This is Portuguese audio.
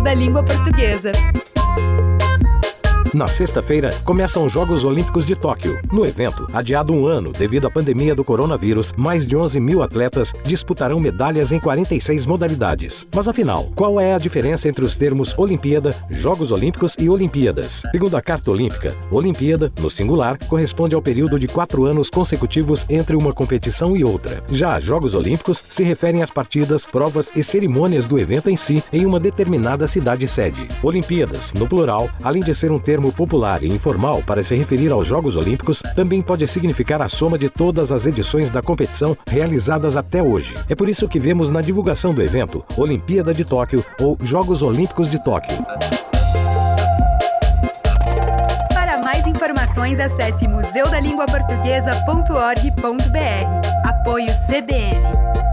Museu da Língua Portuguesa. Na sexta-feira, começam os Jogos Olímpicos de Tóquio. No evento, adiado um ano devido à pandemia do coronavírus, mais de 11 mil atletas disputarão medalhas em 46 modalidades. Mas afinal, qual é a diferença entre os termos Olimpíada, Jogos Olímpicos e Olimpíadas? Segundo a Carta Olímpica, Olimpíada, no singular, corresponde ao período de 4 anos consecutivos entre uma competição e outra. Já Jogos Olímpicos se referem às partidas, provas e cerimônias do evento em si em uma determinada cidade-sede. Olimpíadas, no plural, além de ser um termo popular e informal para se referir aos Jogos Olímpicos, também pode significar a soma de todas as edições da competição realizadas até hoje. É por isso que vemos na divulgação do evento Olimpíada de Tóquio ou Jogos Olímpicos de Tóquio. Para mais informações, acesse museudalinguaportuguesa.org.br. Apoio CBN.